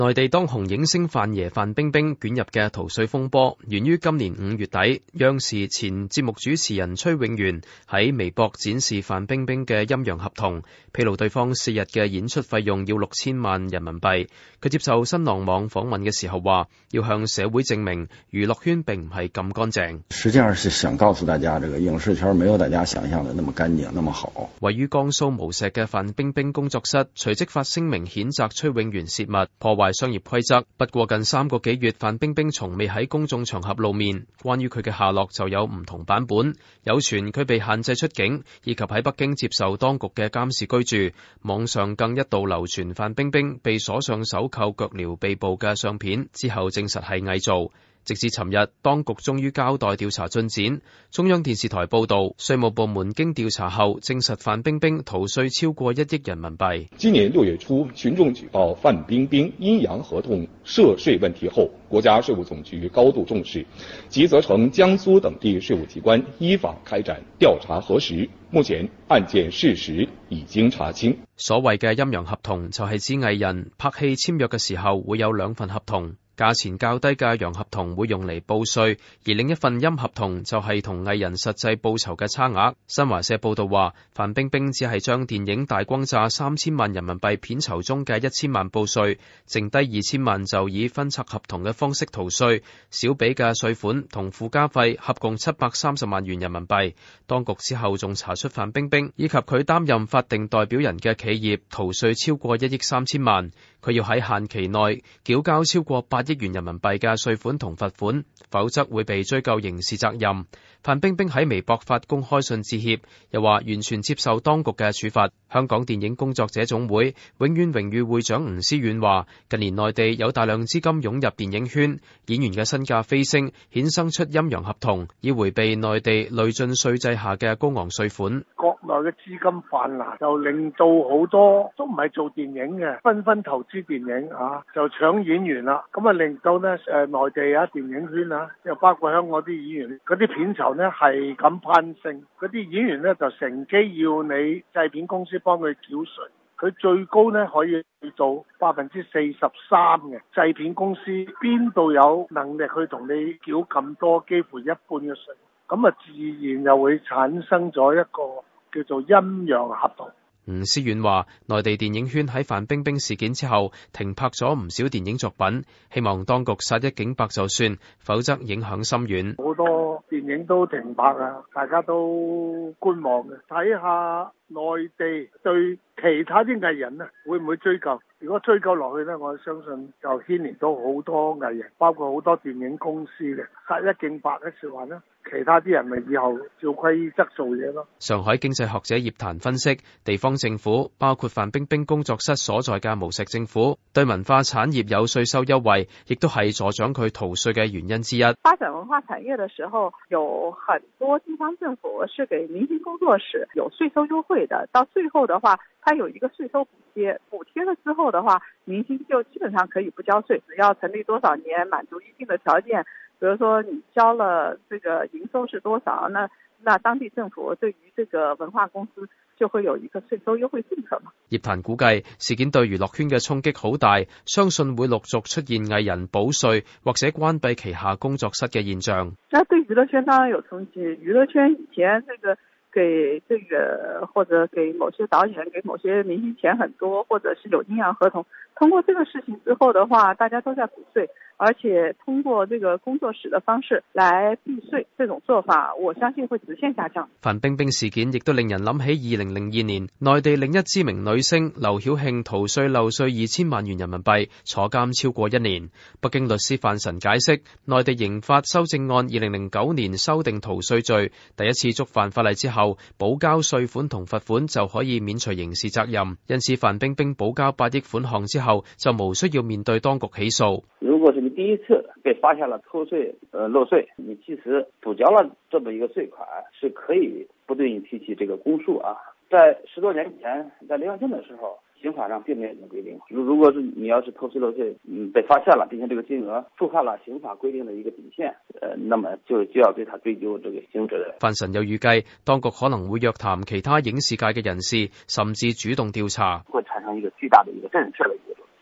內地當紅影星范爺范冰冰捲入嘅逃稅風波，源於今年5月底，央視前節目主持人崔永元喺微博展示范冰冰嘅陰陽合同，披露對方4日嘅演出費用要6000萬人民幣。佢接受新浪網訪問嘅時候話，要向社會證明娛樂圈並唔係咁乾淨。 實際上是想告訴大家，這個影視圈沒有大家想象的那麼乾淨，那麼好。 位於江蘇無錫嘅范冰冰工作室隨即發聲明譴責崔永元洩密，破壞商業規則。不過近3個幾月，范冰冰從未喺公眾場合露面，關於佢嘅下落就有唔同版本。有傳佢被限制出境，以及喺北京接受當局嘅監視居住。網上更一度流傳范冰冰被鎖上手扣腳鐐被捕嘅相片，之後證實係偽造。直至尋日，當局終於交代調查進展。中央電視台報道，稅務部門經調查後證實范冰冰逃稅超過1億人民幣。 今年6月初，群眾舉報范冰冰陰陽合同涉稅問題後，國家稅務總局高度重視，即責成江蘇等地稅務機關依法開展調查核實。目前案件事實已經查清。 所謂嘅陰陽合同就係指藝人拍戲簽約嘅時候會有2份合同。價錢較低嘅陽合同會用嚟報稅，而另一份陰合同就係同藝人實際報酬嘅差額。新華社報道話，范冰冰只係將電影《大轟炸》3000萬人民幣片酬中嘅1000萬報稅，剩低2000萬就以分拆合同嘅方式逃稅，少俾嘅稅款同附加費合共730萬元人民幣。當局之後仲查出范冰冰以及佢擔任法定代表人嘅企業逃稅超過1億3000萬，佢要喺限期內繳交超過8億元人民幣嘅稅款同罰款，否則會被追究刑事責任。范冰冰喺微博發公開信致歉，又話完全接受當局嘅處罰。香港電影工作者總會永遠榮譽會長吳思遠話，近年內地有大量資金湧入電影圈，演員嘅身價飛升，衍生出陰陽合同，以迴避內地累進稅制下嘅高昂稅款。 國內嘅資金泛濫，就令到好多都唔係做電影嘅，紛紛投資電影就搶演員啦。咁啊令到呢內地電影圈又包括香港啲演員，嗰啲片酬呢係咁攀升，嗰啲演員呢就乘機要你製片公司幫佢繳稅，佢最高呢可以到43%嘅。製片公司邊度有能力去同你繳咁多，幾乎一半嘅稅？咁啊自然又會產生咗一個叫做陰陽合同。 吳思遠話，內地電影圈喺范冰冰事件之後停拍咗唔少電影作品，希望當局殺一儆百就算，否則影響深遠。 好多電影都停拍啊，大家都觀望嘅，睇下內地對其他啲藝人會唔會追究？如果追究落去呢，我相信就牽連到好多藝人，包括好多電影公司嘅，殺一儆百嘅說話呢，其他啲人咪以後照規則做嘢咯。 上海經濟學者葉檀分析，地方政府包括范冰冰工作室所在嘅無錫政府對文化產業有稅收優惠，亦都係助長佢逃稅嘅原因之一。 發展文化產業的時候，有很多地方政府是給明星工作室有稅收優惠的，到最後的話，它有一個稅收補貼了之後的話，明星就基本上可以不交稅，只要成立多少年，滿足一定的條件，比如說你交了這個營收是多少，那當地政府對於這個文化公司就會有一個稅收優惠政策嘛。 葉檀估計事件對娛樂圈嘅衝擊好大，相信會陸續出現藝人補稅或者關閉旗下工作室嘅現象。 那對娛樂圈當然有衝擊，娛樂圈以前給或者給某些導演、給某些明星錢很多，或者是有陰陽合同。通過這個事情之後的話，大家都在補稅，而且通過這個工作室的方式來避稅，這種做法我相信會直線下降。 范冰冰事件亦都令人諗起2002年內地另一知名女星劉曉慶逃稅漏稅2000萬元人民幣，坐監超過1年。北京律師范臣解釋，內地刑法修正案2009年修訂逃稅罪，第一次觸犯法例之後，補交稅款同罰款就可以免除刑事責任。因此范冰冰補交8億款項之後，就無需要面對當局起訴。 如果是你第一次被發現了偷稅漏稅，你即使補交了這麼一個稅款，是可以不對你提起這個公訴啊。在10多年前，在林萬慶的時候，刑法上並沒有這麼規定。如果是你要是偷稅漏稅被發現了，並且這個金額觸犯了刑法規定的一個底線，那麼就要對他追究這個刑責任。 范臣又預計，當局可能會約談其他影視界嘅人士，甚至主動調查， 會產生一個巨大的一個震懾的一個作用。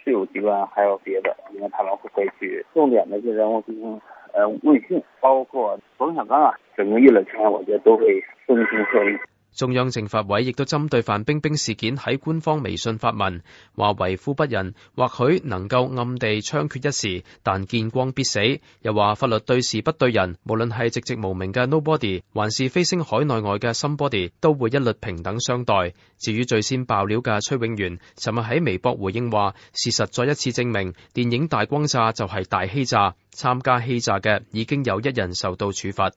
税务机关还有别的，因为他们会去重点的对人物进行问讯，包括冯小刚整个娱乐圈，我觉得都会衷心合力。 中央政法委亦都針對范冰冰事件喺官方微信發文，話為富不仁，或許能夠暗地槍決一時，但見光必死。又話法律對事不對人，無論係寂寂無名嘅 Nobody， 還是飛升海內外嘅 Somebody， 都會一律平等相待。至於最先爆料嘅崔永元，尋日喺微博回應話，事實再一次證明，電影大轟炸就係大欺詐，參加欺詐嘅已經有1人受到處罰。